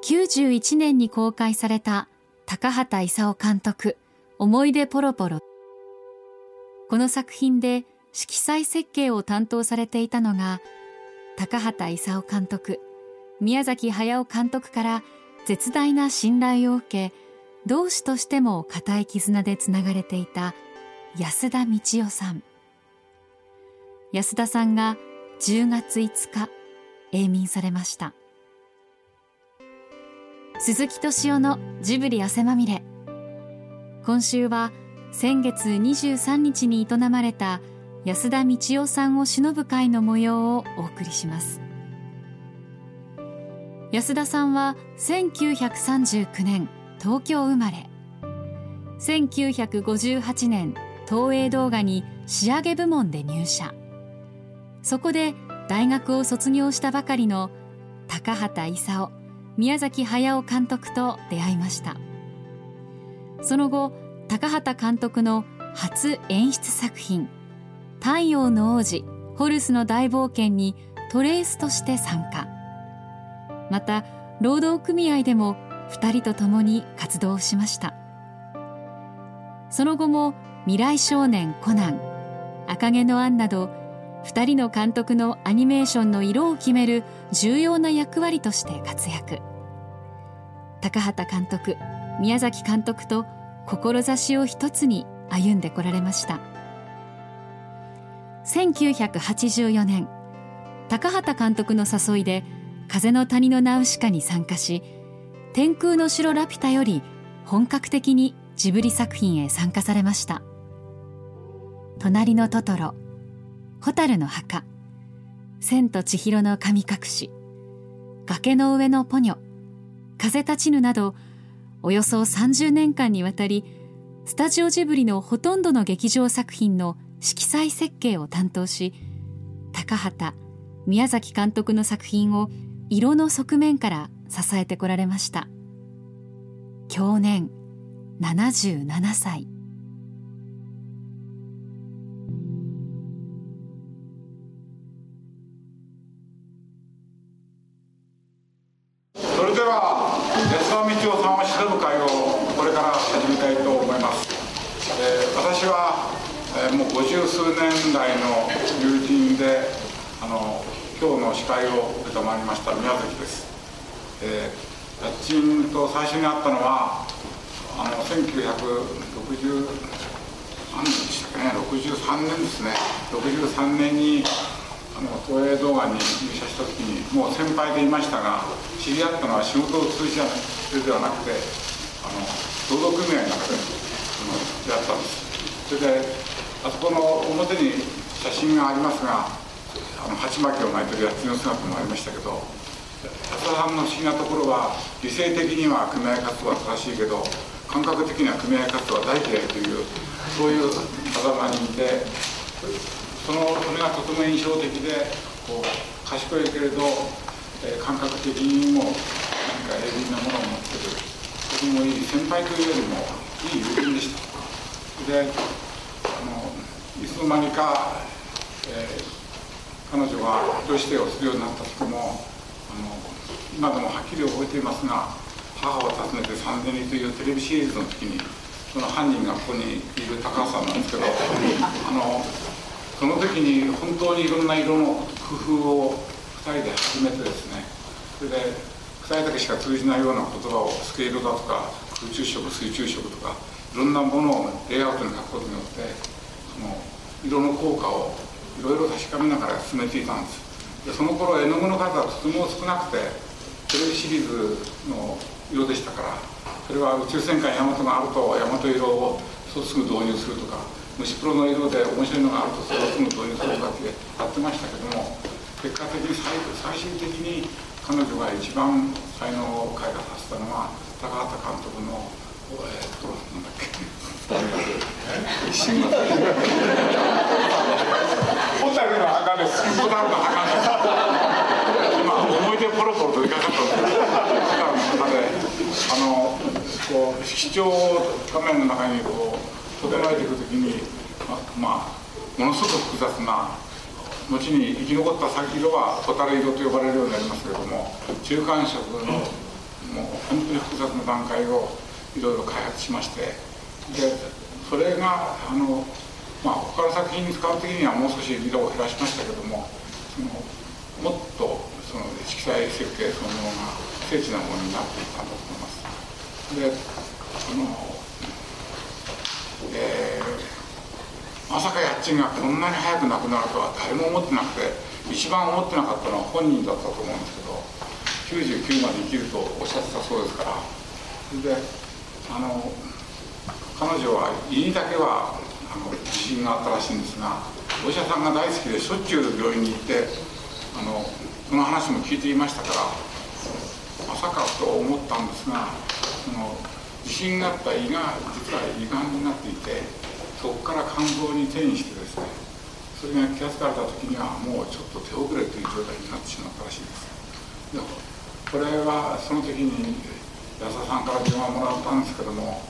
91年に公開された高畑勲監督思い出ポロポロ。この作品で色彩設計を担当されていたのが高畑勲監督、宮崎駿監督から絶大な信頼を受け、同志としても固い絆でつながれていた安田道夫さん。安田さんが10月5日永眠されました。鈴木敏夫のジブリ汗まみれ。今週は先月23日に営まれた安田道夫さんを偲ぶ会の模様をお送りします。安田さんは1939年東京生まれ、1958年東映動画に仕上げ部門で入社。そこで大学を卒業したばかりの高畑勲、宮崎駿監督と出会いました。その後、高畑監督の初演出作品太陽の王子ホルスの大冒険にトレースとして参加。また労働組合でも2人と共に活動しました。その後も未来少年コナン、赤毛のアンなど2人の監督のアニメーションの色を決める重要な役割として活躍。高畑監督、宮崎監督と志を一つに歩んでこられました。1984年、高畑監督の誘いで風の谷のナウシカに参加し、天空の城ラピュタより本格的にジブリ作品へ参加されました。隣のトトロ、蛍の墓、千と千尋の神隠し、崖の上のポニョ、風立ちぬなど、およそ30年間にわたりスタジオジブリのほとんどの劇場作品の色彩設計を担当し、高畑、宮崎監督の作品を色の側面から支えてこられました。享年77歳。 それでは安田道夫さんを偲ぶ会をこれから始めたいと思います。私はもう50数年来の友人で今日の司会を受けたまいりました宮崎です。家賃と最初に会ったのは1960何年でしたっけね、63年ですね。63年に東映動画に入社した時にもう先輩でいましたが、知り合ったのは仕事を通じてではなくて労働組合の中で出会ったんです。それであそこの表に写真がありますが、鉢巻きを巻いてるやつの姿もありましたけど、安田さんの不思議なところは理性的には組合活動は正しいけど感覚的には組合活動は大嫌いという、そういう風間にいて、それがとても印象的で、賢いけれど、感覚的にも何か鋭敏なものを持っている、とてもいい先輩というよりもいい友人でした。でいつの間にか、彼女が女子指定をするようになった時も今でもはっきり覚えていますが、母を訪ねて3000人というテレビシリーズの時にその犯人がここにいる高橋さんなんですけどその時に本当にいろんな色の工夫を2人で始めてですね、それで2人だけしか通じないような言葉をスケールだとか空中色、水中色とかいろんなものをレイアウトに書くことによって色の効果をいろいろ確かめながら進めていたんです。でその頃絵の具の数はとても少なくてテレビシリーズの色でしたから、それは宇宙戦艦ヤマトがあるとヤマト色をすぐ導入するとか、虫プロの色で面白いのがあるとそれをすぐ導入するとかってやってましたけども、結果的に最終的に彼女が一番才能を開花させたのは高畑監督のなんだっけホタルの墓です。ホタルの墓です。今思い出ポロポロといかかったんですけど、ホタルの墓で視聴画面の中に整えていくときにものすごく複雑な、後に生き残った色はホタル色と呼ばれるようになりますけれども、中間色のももう本当に複雑な段階をいろいろ開発しまして、でそれが他の作品に使う時にはもう少し色を減らしましたけども、もっとその色彩設計そのものが精緻なものになっていったんだと思います。でまさか家賃がこんなに早くなくなるとは誰も思ってなくて、一番思ってなかったのは本人だったと思うんですけど、99まで生きるとおっしゃってたそうですから。で彼女は胃にだけは自信があったらしいんですが、お医者さんが大好きでしょっちゅう病院に行ってその話も聞いていましたから、まさかと思ったんですが、自信があった胃が実は胃がんになっていて、そこから肝臓に転移してですね、それが気が付かれた時にはもうちょっと手遅れという状態になってしまったらしいです。でこれはその時に安田さんから電話もらったんですけども、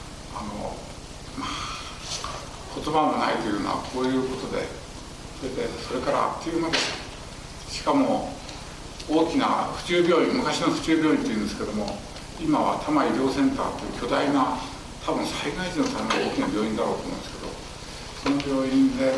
言葉もないというのはこういうことで、それからあっという間でした。しかも大きな府中病院、昔の府中病院というんですけども、今は多摩医療センターという巨大な、多分災害時のための大きな病院だろうと思うんですけど、その病院で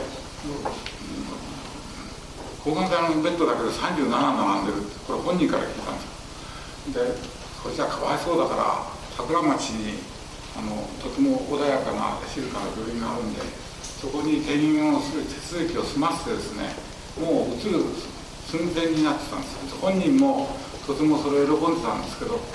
抗がん剤のベッドだけで37並んでるって、これ本人から聞いたんですよ。でそれじゃかわいそうだから桜町にとても穏やかな静かな病院があるんで、そこに転院をする手続きを済ませてですね、もう移る寸前になってたんです。本人もとてもそれを喜んでたんですけど、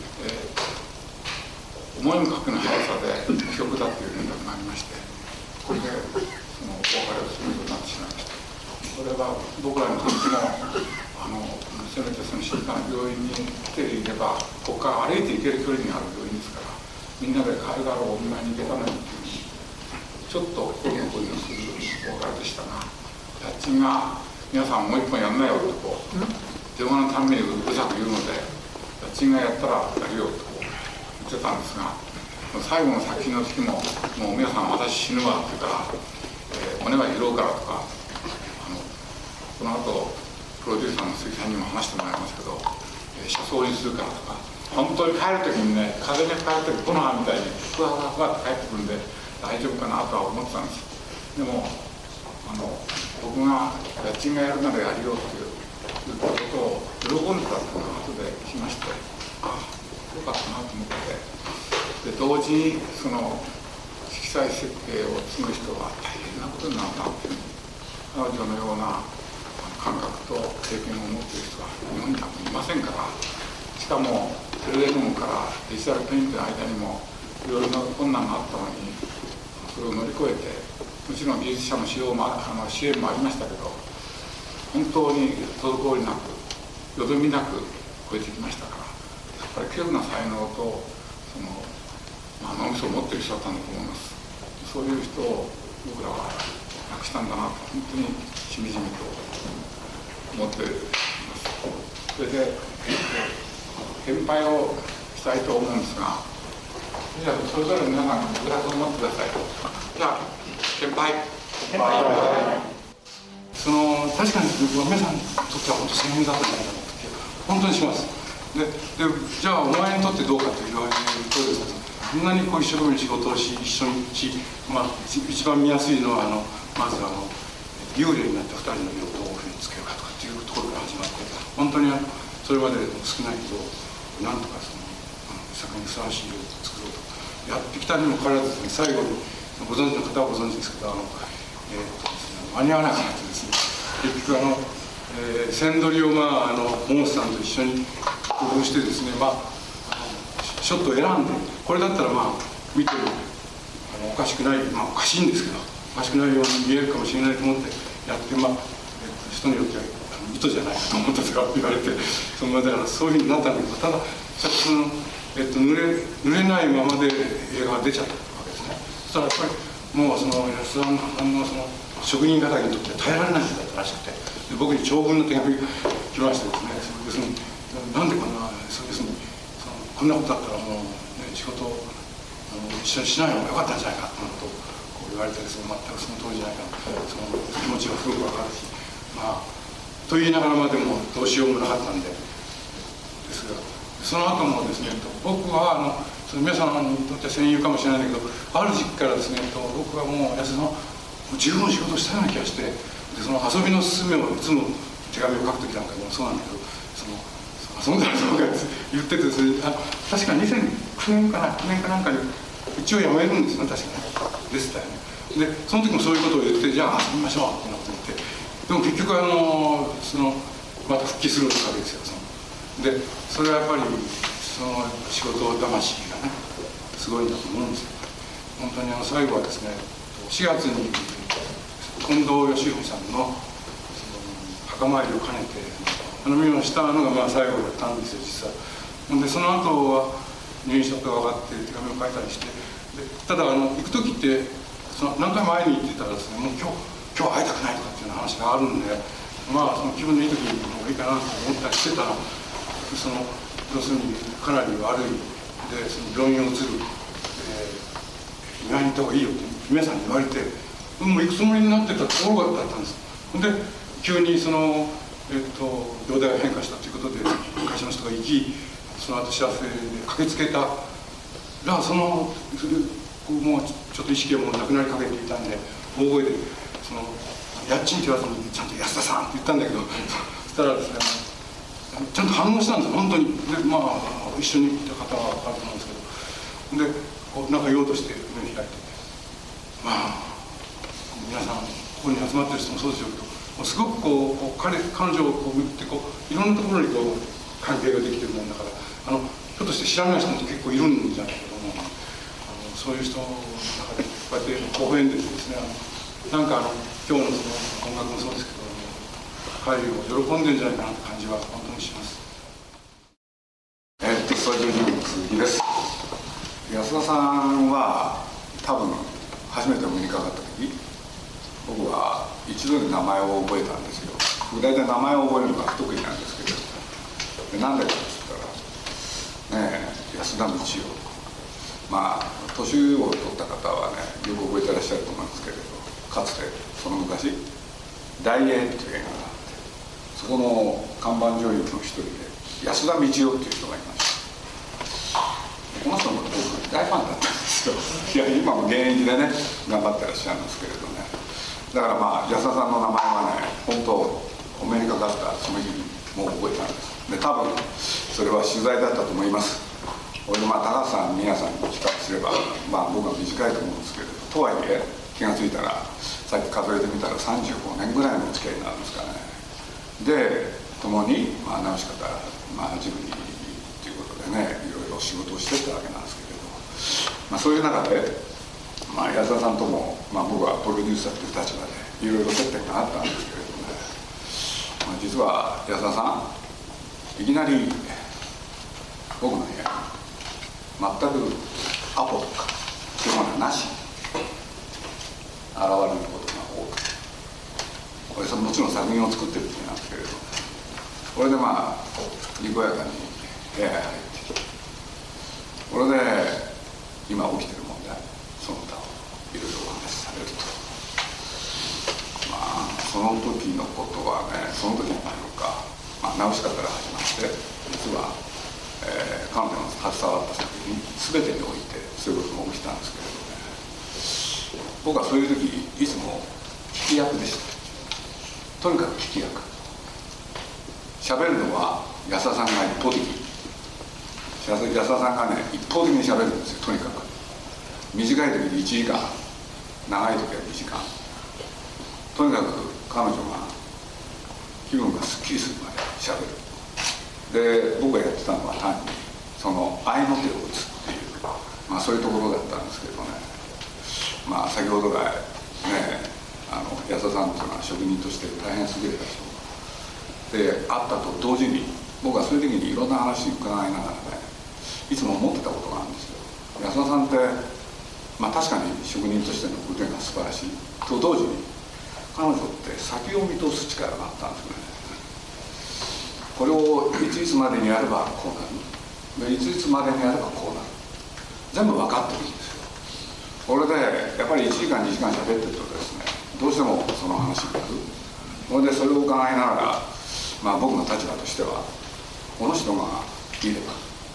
思いもかけない速さで帰国だという連絡がありまして、これでそのお別れをすることになってしまいました。これは僕らにとってもせめてその静かな病院に来ていれば、ここから歩いて行ける距離にある病院ですから、みんなで軽々お見舞いに行けたのにという、ちょっと心の声のするお別れでしたが、家賃が皆さんもう一本やんなよとこう電話のためにうるさく言うので、家賃がやったらやるよとこう言ってたんですが、最後の作品の時も「もう皆さん私死ぬわ」って言うから「骨は拾うから」とか、この後プロデューサーの鈴木さんにも話してもらいますけど、車窓にするからとか、本当に帰る時にね、風に吹かれて木の葉みたいにふわふわふわって帰ってくるんで大丈夫かなとは思ってたんです。でも僕が家賃がやるならやるよっていうことを喜んでたっていうのを後で聞きまして、ああよかったなと思って、で同時にその色彩設計を継ぐ人は大変なことになるなっていう、彼女のような感覚と経験を持っている人は日本にはいませんから、しかもテレビからデジタルペイントの間にもいろいろな困難があったのに、それを乗り越えて、もちろん技術者の支援もありましたけど、本当に滞りなくよどみなく超えてきましたから、やっぱり稀有な才能と脳みそを持っている人だったんだと思います。そういう人を僕らは亡くしたんだなと本当にしみじみと思っています。それで献杯をしたいと思うんですが、じゃあそれぞれ皆さんグラスを持ってください。じゃあ献杯。 確かに皆さんにとっては本当に鮮明だったんじゃないかなって本当にします。でじゃあお前にとってどうかと言われるとですね、こんなに一生懸命仕事をし一緒にし、一番見やすいのはまず幽霊になった2人の色をどういうふうにつけるかとかっていうところから始まって、本当にそれまで少ない色をなんとか作品にふさわしい色を作ろうとやってきたにもかかわらずですね、最後にご存知の方はご存知ですけど間に合わなくなってですね、結局線取りをモンスターと一緒に工夫してですね、ショットを選んで、これだったら見てるおかしくない、おかしいんですけどおかしくないように見えるかもしれないと思ってやって、人によっては意図じゃないかと思ったとか言われて、そういうふうになったんだけど、ただ濡れないままで映画が出ちゃったわけですね。そしたらやっぱりもう安田さんの職人方にとって耐えられないんだったらしくて、僕に長文の手紙が来ましてですね、要するになんでこんなこんなことだったらもう、仕事を一緒にしない方が良かったんじゃないかとこう言われてですね、全くその通りじゃないかな、その気持ちがすごく分かるし、と言いながらでもどうしようもなかったんでですが、 その後もですね、僕はその皆さんにとっては戦友かもしれないんだけど、ある時期からですね、僕はもう安田さん十分仕事したような気がして、でその遊びの勧めをいつも手紙を書く時なんかでもそうなんだけど、遊んだらそうかって言っててですね、確か2009年かなんかに一応やめるんですよね、確かね、でしたよね。でその時もそういうことを言って、じゃあ遊びましょうってなこと言って、でも結局また復帰するわけですよ。でそれはやっぱりその仕事魂がねすごいんだと思うんですよ。本当に最後はですね、4月に近藤義文さんの墓参りを兼ねて見をしたのが最後だったんですよ、実は。でその後は入院したことが分かって手紙を書いたりして、でただ行く時って何回も会いに行ってたらですね、もう今日は会いたくないとかっていうような話があるんで、まあその気分のいい時にもいいかなと思ったりしてたら、要するにかなり悪いで病院を移る、意外に行った方がいいよって皆さんに言われて、もう行くつもりになってたところだったんです。で急に容体が変化したということで会社の人が行き、その後知らせで駆けつけたら、もうちょっと意識がもうなくなりかけていたんで、大声で家賃って言わずにちゃんと安田さんって言ったんだけど、そしたらですね、ちゃんと反応したんですよ、本当に。で一緒にいた方は分かると思うんですけど、でなんか言おうとして目開いて、皆さんここに集まってる人もそうでしょうけど、すごく彼女を見ていろんなところに関係ができてるもんだから、ひょっとして知らない人も結構いるんじゃないけども、そういう人の中でこうやって微笑んでてですね、なんか今日の音楽もそうですけど、帰りを喜んでるんじゃないかなって感じは本当にします。 スタジオジムの鈴木です。安田さんは多分初めてお目にかかった時、僕は一度で名前を覚えたんですよ。僕大体名前を覚えるのが不得意なんですけど、なんでかって言ったらね、安田道夫、年を取った方はねよく覚えてらっしゃると思うんですけれど、かつてその昔大英という映画があって、そこの看板女優の一人で安田道夫っていう人がいました。この人も僕大ファンだったんですよ。いや今も現役でね頑張ってらっしゃるんですけれどね。だから安田さんの名前はね、本当お目にかかったその日にもう覚えたんです。で多分それは取材だったと思います。高橋さん皆さんに比較すれば僕は短いと思うんですけれど、とはいえ気が付いたらさっき数えてみたら35年ぐらいのお付き合いになるんですかね。で共にナウシカからジブリということでね、いろいろ仕事をしてたわけなんですけれど、そういう中で安田さんとも、僕はプロデューサーという立場でいろいろ接点があったんですけれどね、実は安田さんいきなり僕の部屋に全くアポとかそういうものはなしに現れることが多くて、これもちろん作品を作ってるってなんですけれど、これでにこやかに部屋へ入ってきて、これで今起きてる問題、その他をいろいろお話しされると、その時のことはね、その時のというか、ナウシカから始まって実は、彼女の携わった作品全てにおいてそういうことが起きたんですけれどね、僕はそういう時いつも聞き役でした。とにかく聞き役。喋るのは安田さんが一方的、安田さんがね一方的に喋るんですよ。とにかく短い時に1時間、長い時は2時間、とにかく彼女が気分がすっきりするまで喋る。で僕がやってたのは単にその合いの手を打つっていう、そういうところだったんですけどね、先ほど来ね、安田さんというのは職人として大変優れた人であったと同時に、僕はそういう時にいろんな話を伺いながらね、いつも思ってたことがあるんですよ。安田さんって、確かに職人としての腕が素晴らしいと同時に、彼女って先を見通す力があったんですね。これをいついつまでにやればこうなる、いついつまでにやればこうなる、全部分かってるんですよ。これでやっぱり1時間2時間喋ってるとですね、どうしてもその話になる。それでそれを伺いながら、僕の立場としてはこの人がいれば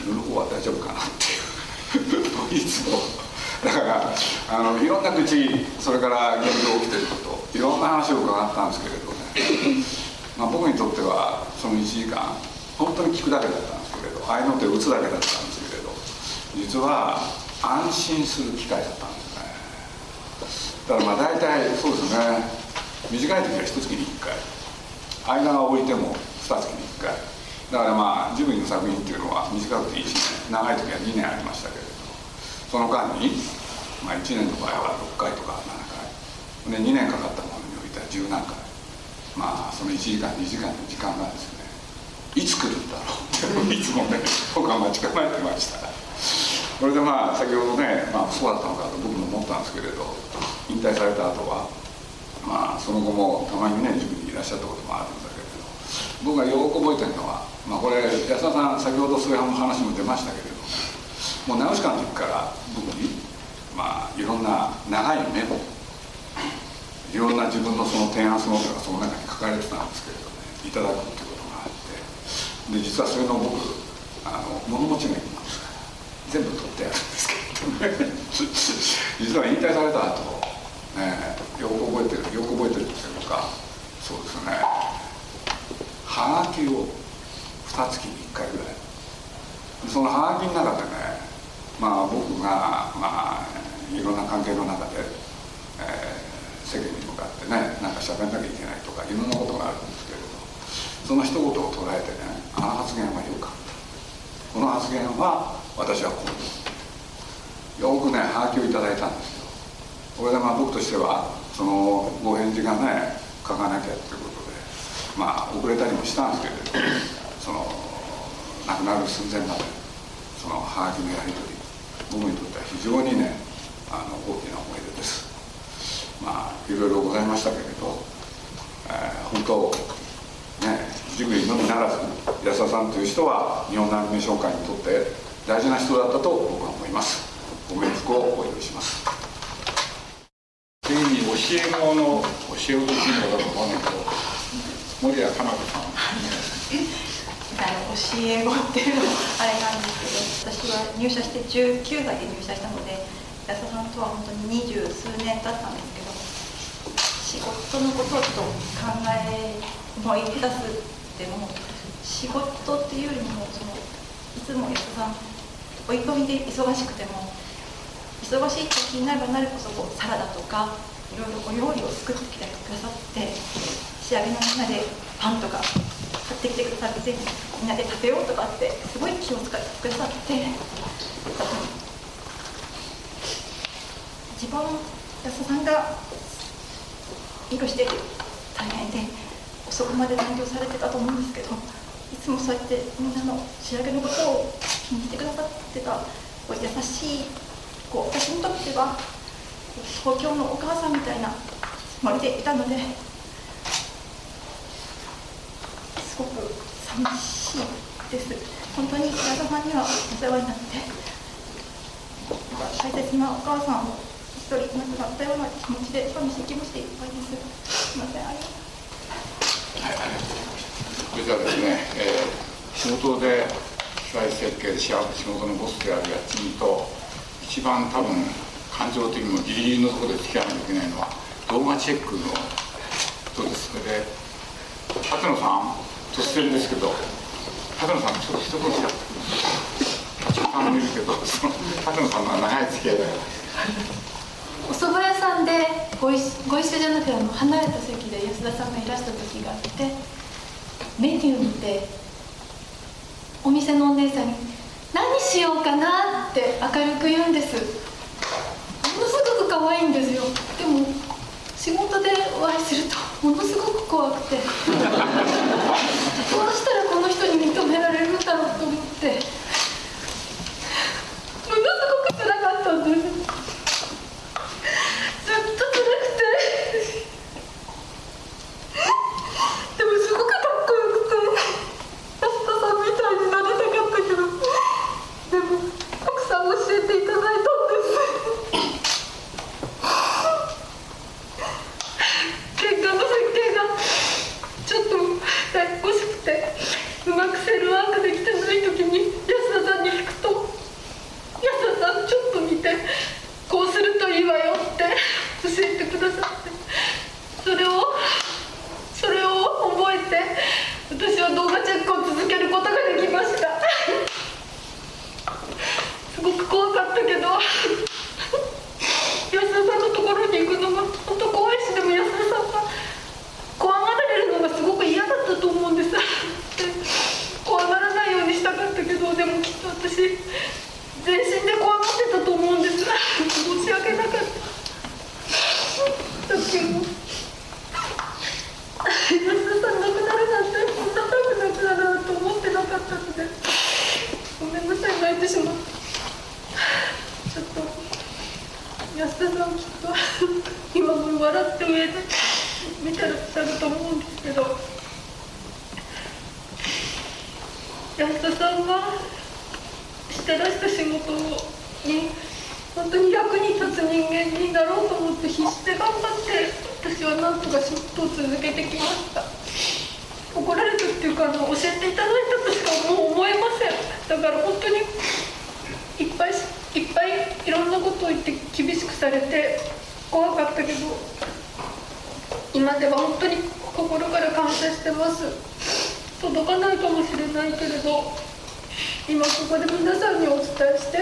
自分の方は大丈夫かなっていういつもだからいろんな愚痴、それから現状起きてること、いろんな話を伺ったんですけれどね、僕にとってはその1時間本当に聞くだけだったんですけれど、合いの手を打つだけだったんですけれど、実は安心する機会だったんですね。だから大体そうですね、短い時は1月に1回、間が置いても2月に1回だからジブリの作品っていうのは短くて1年、長い時は2年ありましたけれど、その間に、1年の場合は6回とか7回で2年かかったものにおいては10何回、その1時間2時間の時間がですね、いつ来るんだろうっていつもね僕は待ち構えてました。これで先ほどね、そうだったのかと僕も思ったんですけれど、引退された後はその後もたまにねジブリにいらっしゃったこともあるんだけれど、僕がよく覚えてるのは、これ安田さん先ほどそういう話も出ましたけれど、もうナウシカの時から僕にいろんな長いメモ、いろんな自分のその提案その他がその中に書かれてたんですけれどね、いただくっていうことがあって、で実はそれの僕物持ちがいいもんですから全部取ってやるんですけどね実は引退された後よく覚えてるっていうか、そうですね、はがきを2月に1回ぐらい、そのはがきの中でね、僕がいろんな関係の中で、世間に向かってねなんか喋んなきゃいけないとかいろんなことがあるんですけれど、その一言を捉えてね、あの発言はよかった、この発言は私はこうよくねはがきをいただいたんですよ。これで僕としてはそのご返事がね書かなきゃっていうことで遅れたりもしたんですけれど、その亡くなる寸前までそのはがきのやり取り、僕にとっては非常にね大きな思い出です。いろいろございましたけれど、本当ねジブリのみならず安田さんという人は日本のアニメーション界にとって大事な人だったと僕は思います。ご冥福をお祈りします。 次に教え子の教え子というのだと思うんだけど、森谷加奈子さん教え子っていうのもあれなんですけど、私は入社して19歳で入社したので、安田さんとは本当に20数年経ったんですけど、仕事のことをちょっと考え思い出すっても、仕事っていうよりもいつも安田さん追い込みで忙しくても、忙しい時になればなるこそサラダとかいろいろお料理を作ってきてくださって、仕上げのみんなでパンとか買ってきてくださって、みんなで食べようとかってすごい気を使ってくださって、一番安田さんがいろして大変で遅くまで残業されてたと思うんですけど、いつもそうやってみんなの仕上げのことを気にしてくださってた優しい私にとっては東京のお母さんみたいなつもりでいたので、すごく寂しいです。本当に安田さんにはお世話になって、大切なお母さんを一人亡くなったような気持ちで寂しい気持ちでいっぱいです。すみません。 はい、ありがとうございます。それじゃあですね、仕事で機械設計で仕事のボスである家賃と一番多分感情的にもギリギリのところで付き合わなきゃいけないのは動画チェックのことです。それで舘野さん、突然ですけど舘野さんちょっと一言やってください。舘野さんもいるけど舘野さんの長い付き合いだからお蕎麦屋さんでご一緒じゃなくて離れた席で安田さんがいらした時があって、メニュー見てお店のお姉さんに何しようかなって明るく言うんです。ものすごく可愛いんですよ。でも仕事でお会いするとものすごく怖くてどうしたらこの人に認められるんだろうと思ってものすごく辛かったんです。ずっと辛くてでもすごくかっこよくて安田さんみたいになりたかったけど、でもたくさん教えていただいたんです結果の設計がちょっとややこしくてうまくセルワークできてない時に時も安田さん亡くなるなんてこんな早く亡くなるなんて思ってなかったので、ごめんなさい、泣いてしまって。ちょっと安田さんきっと今も笑って上で見てらっしゃると思うんですけど、安田さんがしてらした仕事に本当に役に立つ人間になろうと思って必死で頑張って私はなんとか仕事を続けてきました。怒られたっていうか教えていただいたとしかもう思えません。だから本当にいっぱいいろんなことを言って厳しくされて怖かったけど、今では本当に心から感謝してます。届かないかもしれないけれど、今ここで皆さんにお伝えして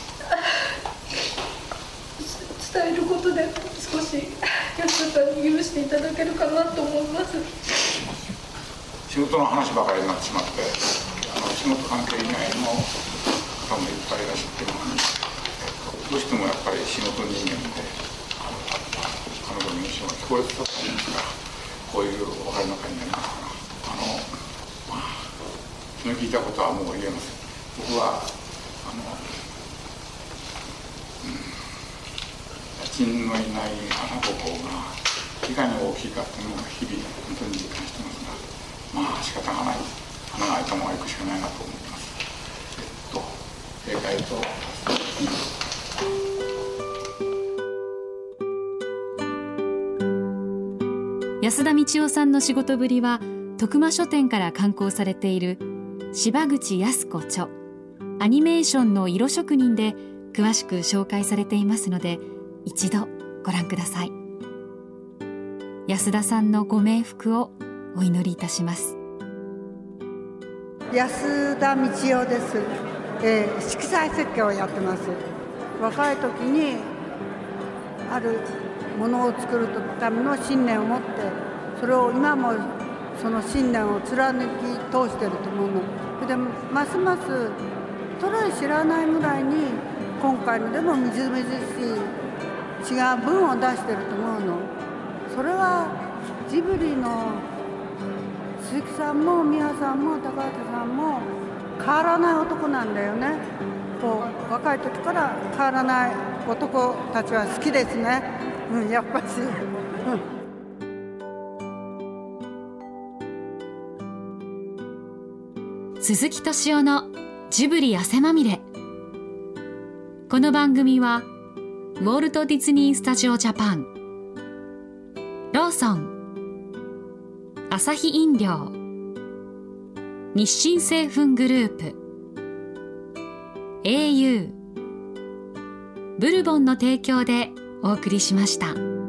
伝えることで少し安田さんに許していただけるかなと思います。 仕事の話ばかりになってしまって、仕事関係以外の方もいっぱいいらっしゃってるのに、どうしてもやっぱり仕事人間で彼女の印象が強烈だったんですが、こういうお別れの会になりますから、気の利いたことはもう言えません。僕は家賃のいない花ぼこがいかに大きいかっていうのが日々本当に実感してますが、仕方がない、花が開いたまま行くしかないなと思ってます。正解と安田道夫さんの仕事ぶりは徳間書店から刊行されている柴口靖子著アニメーションの色職人で詳しく紹介されていますので、一度ご覧ください。安田さんのご冥福をお祈りいたします。 安田道夫です。色彩設計をやってます。若い時にあるものを作るための信念を持って、それを今もその信念を貫き通していると思うの。それでますますトライ知らないぐらいに今回のでもみずみずしい違う文を出してると思うの。それはジブリの鈴木さんも宮さんも高畑さんも変わらない男なんだよね。こう若い時から変わらない男たちは好きですね。やっぱし、 鈴木敏夫のジブリ汗まみれ。この番組はウォルト・ディズニー・スタジオ・ジャパン、ローソン、アサヒ飲料、日清製粉グループ、au、ブルボンの提供でお送りしました。